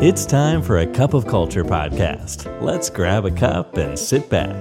It's time for a cup of culture podcast. Let's grab a cup and sit back.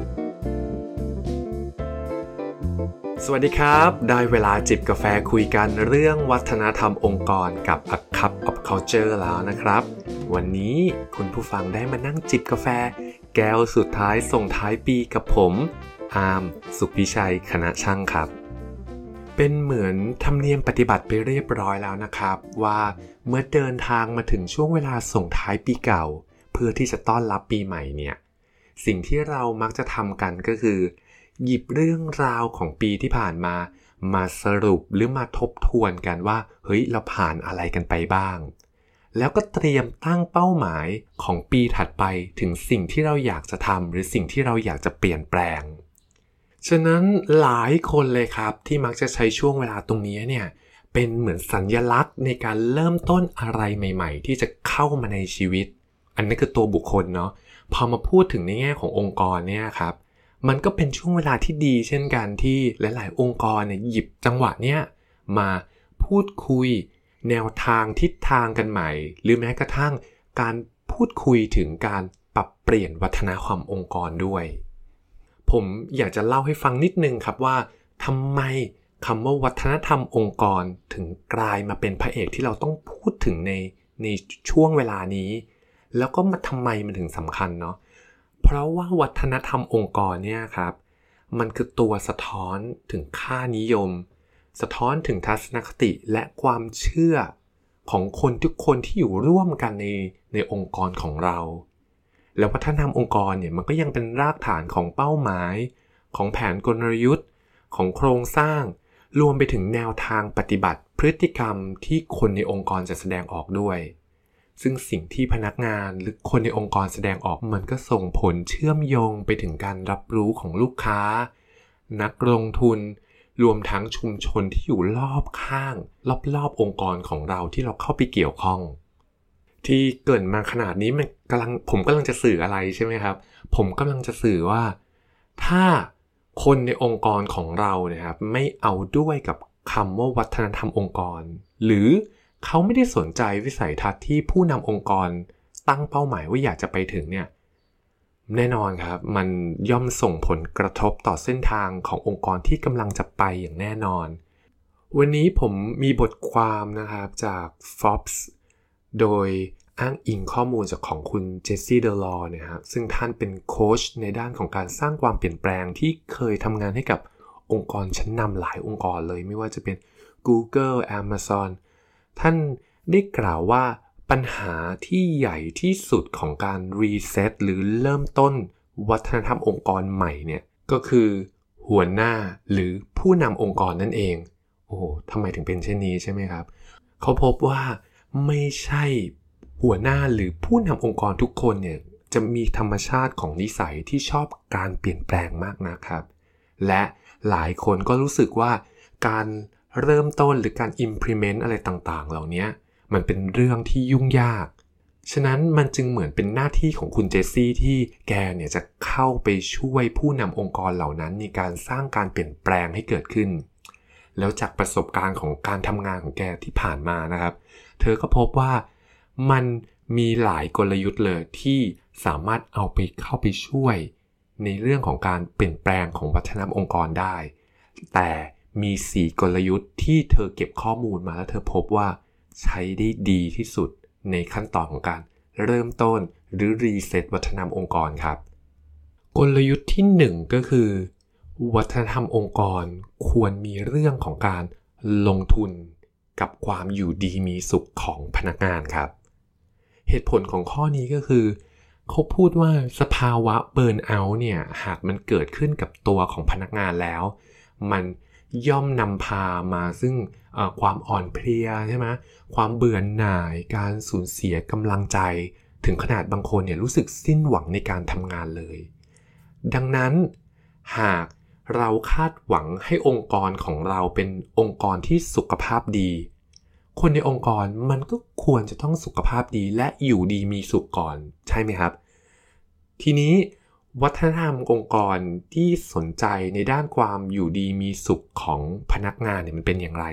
สวัสดีครับได้เวลาจิบกาแฟคุยกันเรื่องวัฒนธรรมองค์กรกับ A Cup of Culture แล้วนะครับวันนี้คุณผู้ฟังได้มานั่งจิบกาแฟแก้วสุดท้ายส่งท้ายปีกับผมอาร์มสุขพิชัยคณะช่างครับเป็นเหมือนธรรมเนียมปฏิบัติไปเรียบร้อยแล้วนะครับว่าเมื่อเดินทางมาถึงช่วงเวลาส่งท้ายปีเก่าเพื่อที่จะต้อนรับปีใหม่เนี่ยสิ่งที่เรามักจะทำกันก็คือหยิบเรื่องราวของปีที่ผ่านมาสรุปหรือมาทบทวนกันว่าเฮ้ยเราผ่านอะไรกันไปบ้างแล้วก็เตรียมตั้งเป้าหมายของปีถัดไปถึงสิ่งที่เราอยากจะทำหรือสิ่งที่เราอยากจะเปลี่ยนแปลงฉะนั้นหลายคนเลยครับที่มักจะใช้ช่วงเวลาตรงนี้เนี่ยเป็นเหมือนสัญลักษณ์ในการเริ่มต้นอะไรใหม่ๆที่จะเข้ามาในชีวิตอันนี้คือตัวบุคคลเนาะพอมาพูดถึงในแง่ขององค์กรเนี่ยครับมันก็เป็นช่วงเวลาที่ดีเช่นกันที่หลายๆองค์กรเนี่ยหยิบจังหวะเนี้ยมาพูดคุยแนวทางทิศทางกันใหม่หรือแม้กระทั่งการพูดคุยถึงการปรับเปลี่ยนวัฒนธรรมองค์กรด้วยผมอยากจะเล่าให้ฟังนิดนึงครับว่าทำไมคำว่าวัฒนธรรมองค์กรถึงกลายมาเป็นพระเอกที่เราต้องพูดถึงในช่วงเวลานี้แล้วก็ทำไมมันถึงสำคัญเนาะเพราะว่าวัฒนธรรมองค์กรเนี่ยครับมันคือตัวสะท้อนถึงค่านิยมสะท้อนถึงทัศนคติและความเชื่อของคนทุกคนที่อยู่ร่วมกันในองค์กรของเราแล้ววัฒนธรรมองค์กรเนี่ยมันก็ยังเป็นรากฐานของเป้าหมายของแผนกลยุทธ์ของโครงสร้างรวมไปถึงแนวทางปฏิบัติพฤติกรรมที่คนในองค์กรจะแสดงออกด้วยซึ่งสิ่งที่พนักงานหรือคนในองค์กรแสดงออกมันก็ส่งผลเชื่อมโยงไปถึงการรับรู้ของลูกค้านักลงทุนรวมทั้งชุมชนที่อยู่รอบข้างรอบองค์กรของเราที่เราเข้าไปเกี่ยวข้องที่เกิดมาขนาดนี้ผมกำลังจะสื่ออะไรใช่ไหมครับผมกำลังจะสื่อว่าถ้าคนในองค์กรของเราเนี่ยครับไม่เอาด้วยกับคำว่าวัฒนธรรมองค์กรหรือเขาไม่ได้สนใจวิสัยทัศน์ที่ผู้นำองค์กรตั้งเป้าหมายว่าอยากจะไปถึงเนี่ยแน่นอนครับมันย่อมส่งผลกระทบต่อเส้นทางขององค์กรที่กำลังจะไปอย่างแน่นอนวันนี้ผมมีบทความนะครับจาก Forbes โดยอ้างอิงข้อมูลจากของคุณเจสซี่เดลอร์นะครับซึ่งท่านเป็นโค้ชในด้านของการสร้างความเปลี่ยนแปลงที่เคยทำงานให้กับองค์กรชั้นนำหลายองค์กรเลยไม่ว่าจะเป็น Google Amazon ท่านได้กล่าวว่าปัญหาที่ใหญ่ที่สุดของการรีเซ็ตหรือเริ่มต้นวัฒนธรรมองค์กรใหม่เนี่ยก็คือหัวหน้าหรือผู้นำองค์กรนั่นเองโอ้โหทำไมถึงเป็นเช่นนี้ใช่ไหมครับเขาพบว่าไม่ใช่หัวหน้าหรือผู้นำองค์กรทุกคนเนี่ยจะมีธรรมชาติของนิสัยที่ชอบการเปลี่ยนแปลงมากนะครับและหลายคนก็รู้สึกว่าการเริ่มต้นหรือการ implement อะไรต่างๆเหล่านี้มันเป็นเรื่องที่ยุ่งยากฉะนั้นมันจึงเหมือนเป็นหน้าที่ของคุณเจสซี่ที่แกเนี่ยจะเข้าไปช่วยผู้นำองค์กรเหล่านั้นในการสร้างการเปลี่ยนแปลงให้เกิดขึ้นแล้วจากประสบการณ์ของการทำงานของแกที่ผ่านมานะครับเธอก็พบว่ามันมีหลายกลยุทธ์เลยที่สามารถเอาไปเข้าไปช่วยในเรื่องของการเปลี่ยนแปลงของวัฒนธรรมองค์กรได้แต่มี4กลยุทธ์ที่เธอเก็บข้อมูลมาแล้วเธอพบว่าใช้ได้ดีที่สุดในขั้นตอนของการเริ่มต้นหรือรีเซ็ตวัฒนธรรมองค์กรครับกลยุทธ์ที่1ก็คือวัฒนธรรมองค์กรควรมีเรื่องของการลงทุนกับความอยู่ดีมีสุขของพนักงานครับเหตุผลของข้อนี้ก็คือเขาพูดว่าสภาวะเบิร์นเอาท์เนี่ยหากมันเกิดขึ้นกับตัวของพนักงานแล้วมันย่อมนำพามาซึ่งความอ่อนเพลียใช่ไหมความเบื่อหน่ายการสูญเสียกำลังใจถึงขนาดบางคนเนี่ยรู้สึกสิ้นหวังในการทำงานเลยดังนั้นหากเราคาดหวังให้องค์กรของเราเป็นองค์กรที่สุขภาพดีคนในองค์กรมันก็ควรจะต้องสุขภาพดีและอยู่ดีมีสุขก่อนใช่ไหมครับทีนี้วัฒนธรรมองค์กรที่สนใจในด้านความอยู่ดีมีสุขของพนักงานเนี่ยมันเป็นอย่างไร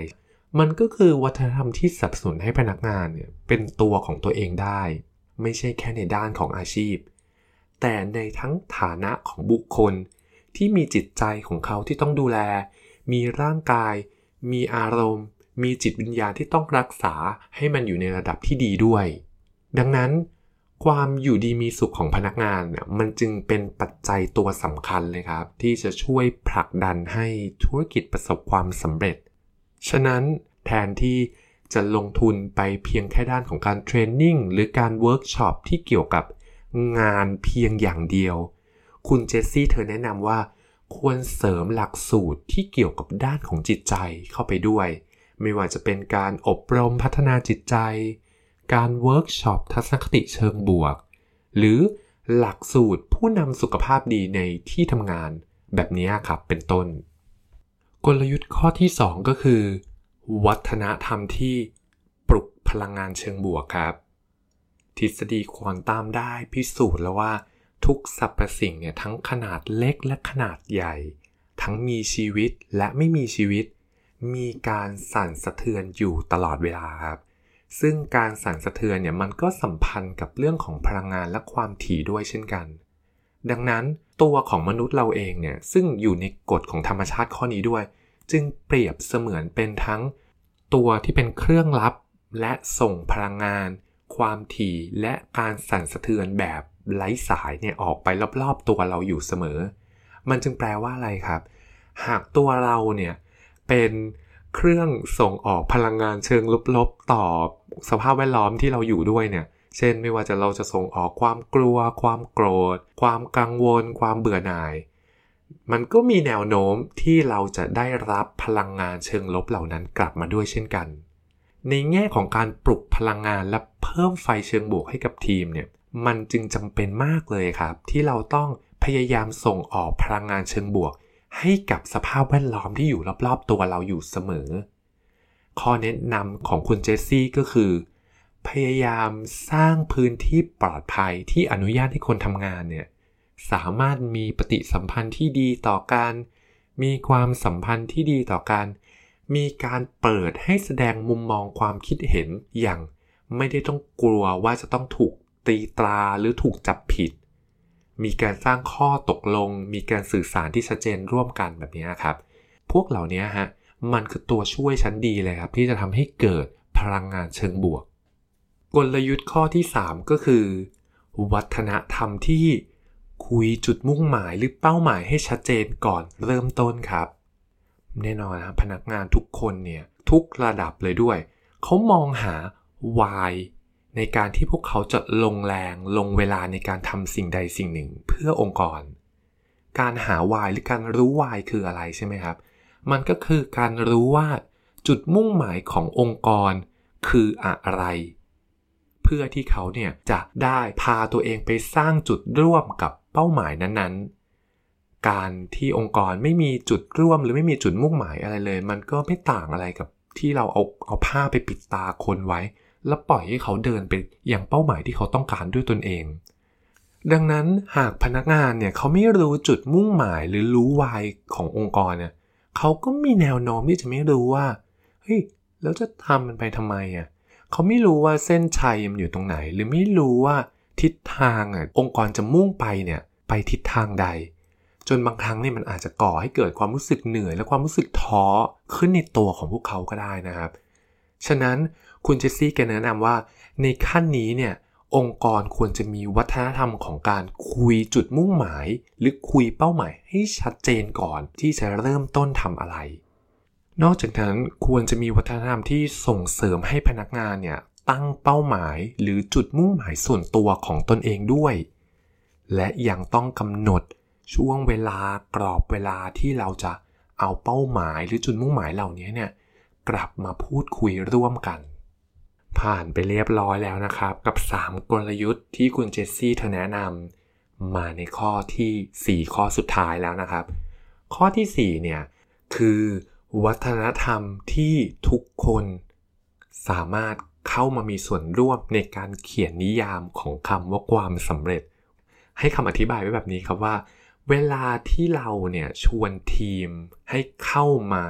มันก็คือวัฒนธรรมที่สนับสนุนให้พนักงานเนี่ยเป็นตัวของตัวเองได้ไม่ใช่แค่ในด้านของอาชีพแต่ในทั้งฐานะของบุคคลที่มีจิตใจของเขาที่ต้องดูแลมีร่างกายมีอารมณ์มีจิตวิญญาณที่ต้องรักษาให้มันอยู่ในระดับที่ดีด้วยดังนั้นความอยู่ดีมีสุขของพนักงานเนี่ยมันจึงเป็นปัจจัยตัวสำคัญเลยครับที่จะช่วยผลักดันให้ธุรกิจประสบความสำเร็จฉะนั้นแทนที่จะลงทุนไปเพียงแค่ด้านของการเทรนนิ่งหรือการเวิร์กช็อปที่เกี่ยวกับงานเพียงอย่างเดียวคุณเจสซี่เธอแนะนำว่าควรเสริมหลักสูตรที่เกี่ยวกับด้านของจิตใจเข้าไปด้วยไม่ว่าจะเป็นการอบรมพัฒนาจิตใจการเวิร์กช็อปทัศนคติเชิงบวกหรือหลักสูตรผู้นำสุขภาพดีในที่ทำงานแบบนี้ครับเป็นต้นกลยุทธ์ข้อที่2ก็คือวัฒนธรรมที่ปลุกพลังงานเชิงบวกครับทฤษฎีควอนตัมได้พิสูจน์แล้วว่าทุกสรรพสิ่งเนี่ยทั้งขนาดเล็กและขนาดใหญ่ทั้งมีชีวิตและไม่มีชีวิตมีการสั่นสะเทือนอยู่ตลอดเวลาครับซึ่งการสั่นสะเทือนเนี่ยมันก็สัมพันธ์กับเรื่องของพลังงานและความถี่ด้วยเช่นกันดังนั้นตัวของมนุษย์เราเองเนี่ยซึ่งอยู่ในกฎของธรรมชาติข้อนี้ด้วยจึงเปรียบเสมือนเป็นทั้งตัวที่เป็นเครื่องรับและส่งพลังงานความถี่และการสั่นสะเทือนแบบไร้สายเนี่ยออกไปรอบๆตัวเราอยู่เสมอมันจึงแปลว่าอะไรครับหากตัวเราเนี่ยเป็นเครื่องส่งออกพลังงานเชิงลบๆต่อสภาพแวดล้อมที่เราอยู่ด้วยเนี่ยเช่นไม่ว่าเราจะส่งออกความกลัวความโกรธความกังวลความเบื่อหน่ายมันก็มีแนวโน้มที่เราจะได้รับพลังงานเชิงลบเหล่านั้นกลับมาด้วยเช่นกันในแง่ของการปลุกพลังงานและเพิ่มไฟเชิงบวกให้กับทีมเนี่ยมันจึงจำเป็นมากเลยครับที่เราต้องพยายามส่งออกพลังงานเชิงบวกให้กับสภาพแวดล้อมที่อยู่รอบๆตัวเราอยู่เสมอข้อแนะนำของคุณเจสซี่ก็คือพยายามสร้างพื้นที่ปลอดภัยที่อนุญาตให้คนทำงานเนี่ยสามารถมีปฏิสัมพันธ์ที่ดีต่อกันมีความสัมพันธ์ที่ดีต่อกันมีการเปิดให้แสดงมุมมองความคิดเห็นอย่างไม่ได้ต้องกลัวว่าจะต้องถูกตีตราหรือถูกจับผิดมีการสร้างข้อตกลงมีการสื่อสารที่ชัดเจนร่วมกันแบบนี้ครับพวกเหล่านี้ฮะมันคือตัวช่วยชั้นดีเลยครับที่จะทำให้เกิดพลังงานเชิงบวกกลยุทธ์ข้อที่3ก็คือวัฒนธรรมที่คุยจุดมุ่งหมายหรือเป้าหมายให้ชัดเจนก่อนเริ่มต้นครับแน่นอนนะพนักงานทุกคนเนี่ยทุกระดับเลยด้วยเขามองหา why ในการที่พวกเขาจะลงแรงลงเวลาในการทำสิ่งใดสิ่งหนึ่งเพื่อองค์กรการหา why หรือการรู้ why คืออะไรใช่ไหมครับมันก็คือการรู้ว่าจุดมุ่งหมายขององค์กรคืออะไรเพื่อที่เขาเนี่ยจะได้พาตัวเองไปสร้างจุดร่วมกับเป้าหมายนั้นๆการที่องค์กรไม่มีจุดร่วมหรือไม่มีจุดมุ่งหมายอะไรเลยมันก็ไม่ต่างอะไรกับที่เราเอาผ้าไปปิดตาคนไว้แล้วปล่อยให้เขาเดินไปอย่างเป้าหมายที่เขาต้องการด้วยตนเองดังนั้นหากพนักงานเนี่ยเขาไม่รู้จุดมุ่งหมายหรือรู้ why ขององค์กรเนี่ยเขาก็มีแนวโน้มที่จะไม่รู้ว่าเฮ้ยแล้วจะทำมันไปทำไมเขาไม่รู้ว่าเส้นชัยมันอยู่ตรงไหนหรือไม่รู้ว่าทิศทางองค์กรจะมุ่งไปเนี่ยไปทิศทางใดจนบางครั้งเนี่ยมันอาจจะก่อให้เกิดความรู้สึกเหนื่อยและความรู้สึกท้อขึ้นในตัวของพวกเขาก็ได้นะครับฉะนั้นคุณเจสซี่แกแนะนำว่าในขั้นนี้เนี่ยองค์กรควรจะมีวัฒนธรรมของการคุยจุดมุ่งหมายหรือคุยเป้าหมายให้ชัดเจนก่อนที่จะเริ่มต้นทำอะไรนอกจากนั้นควรจะมีวัฒนธรรมที่ส่งเสริมให้พนักงานเนี่ยตั้งเป้าหมายหรือจุดมุ่งหมายส่วนตัวของตนเองด้วยและยังต้องกำหนดช่วงเวลากรอบเวลาที่เราจะเอาเป้าหมายหรือจุดมุ่งหมายเหล่านี้เนี่ยกลับมาพูดคุยร่วมกันผ่านไปเรียบร้อยแล้วนะครับกับ3กลยุทธ์ที่คุณเจสซี่เธอแนะนำมาในข้อที่4ข้อสุดท้ายแล้วนะครับข้อที่4เนี่ยคือวัฒนธรรมที่ทุกคนสามารถเข้ามามีส่วนร่วมในการเขียนนิยามของคำว่าความสำเร็จให้คำอธิบายไว้แบบนี้ครับว่าเวลาที่เราเนี่ยชวนทีมให้เข้ามา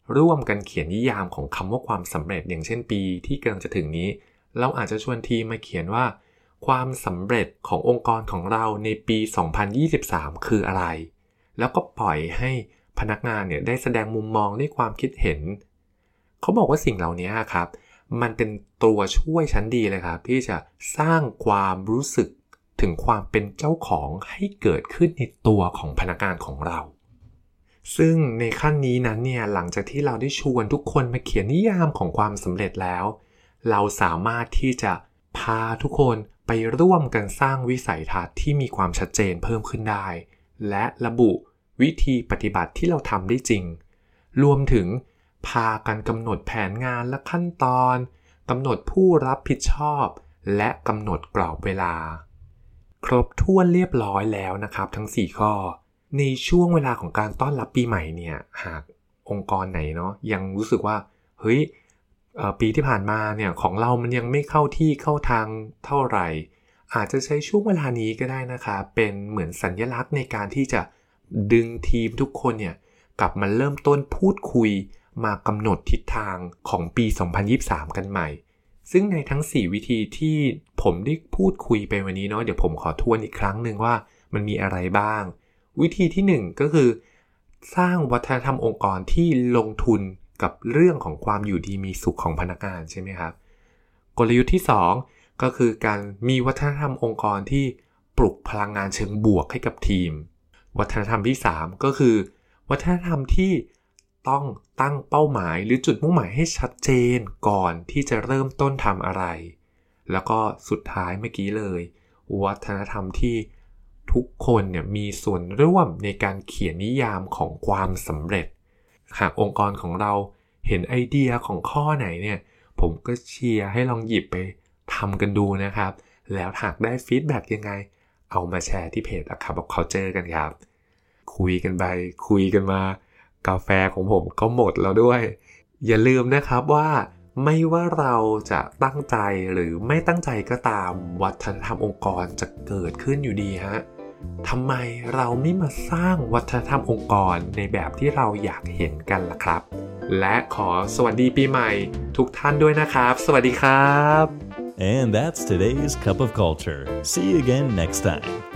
ร่วมกันเขียนนิยามของคำว่าความสำเร็จอย่างเช่นปีที่กำลังจะถึงนี้เราอาจจะชวนทีมมาเขียนว่าความสำเร็จขององค์กรของเราในปี 2023 คืออะไรแล้วก็ปล่อยให้พนักงานเนี่ยได้แสดงมุมมองด้วยความคิดเห็นเขาบอกว่าสิ่งเหล่านี้ครับมันเป็นตัวช่วยชั้นดีเลยครับที่จะสร้างความรู้สึกถึงความเป็นเจ้าของให้เกิดขึ้นในตัวของพนักงานของเราซึ่งในขั้นนี้นั้นเนี่ยหลังจากที่เราได้ชวนทุกคนมาเขียนนิยามของความสำเร็จแล้วเราสามารถที่จะพาทุกคนไปร่วมกันสร้างวิสัยทัศน์ที่มีความชัดเจนเพิ่มขึ้นได้และระบุวิธีปฏิบัติที่เราทำได้จริงรวมถึงพากันกำหนดแผนงานและขั้นตอนกำหนดผู้รับผิดชอบและกำหนดกรอบเวลาครบถ้วนเรียบร้อยแล้วนะครับทั้ง4ข้อในช่วงเวลาของการต้อนรับปีใหม่เนี่ยหากองค์กรไหนเนาะยังรู้สึกว่าเฮ้ยปีที่ผ่านมาเนี่ยของเรามันยังไม่เข้าที่เข้าทางเท่าไหร่อาจจะใช้ช่วงเวลานี้ก็ได้นะคะเป็นเหมือนสัญลักษณ์ในการที่จะดึงทีมทุกคนเนี่ยกลับมาเริ่มต้นพูดคุยมากำหนดทิศทางของปี 2023 กันใหม่ซึ่งในทั้ง4วิธีที่ผมได้พูดคุยไปวันนี้เนาะเดี๋ยวผมขอทวนอีกครั้งนึงว่ามันมีอะไรบ้างวิธีที่1ก็คือสร้างวัฒนธรรมองค์กรที่ลงทุนกับเรื่องของความอยู่ดีมีสุขของพนักงานใช่ไหมครับกลยุทธ์ที่2ก็คือการมีวัฒนธรรมองค์กรที่ปลุกพลังงานเชิงบวกให้กับทีมวัฒนธรรมที่3ก็คือวัฒนธรรมที่ต้องตั้งเป้าหมายหรือจุดมุ่งหมายให้ชัดเจนก่อนที่จะเริ่มต้นทำอะไรแล้วก็สุดท้ายเมื่อกี้เลยวัฒนธรรมที่ทุกคนเนี่ยมีส่วนร่วมในการเขียนนิยามของความสำเร็จหากองค์กรของเราเห็นไอเดียของข้อไหนเนี่ยผมก็เชียร์ให้ลองหยิบไปทำกันดูนะครับแล้วหากได้ฟีดแบ็กยังไงเอามาแชร์ที่เพจ A Cup of Culture กันครับคุยกันไปคุยกันมากาแฟของผมก็หมดแล้วด้วยอย่าลืมนะครับว่าไม่ว่าเราจะตั้งใจหรือไม่ตั้งใจก็ตามวัฒนธรรมองค์กรจะเกิดขึ้นอยู่ดีฮะทำไมเราไม่มาสร้างวัฒนธรรมองค์กรในแบบที่เราอยากเห็นกันล่ะครับและขอสวัสดีปีใหม่ทุกท่านด้วยนะครับสวัสดีครับ And that's today's Cup of Culture. See you again next time.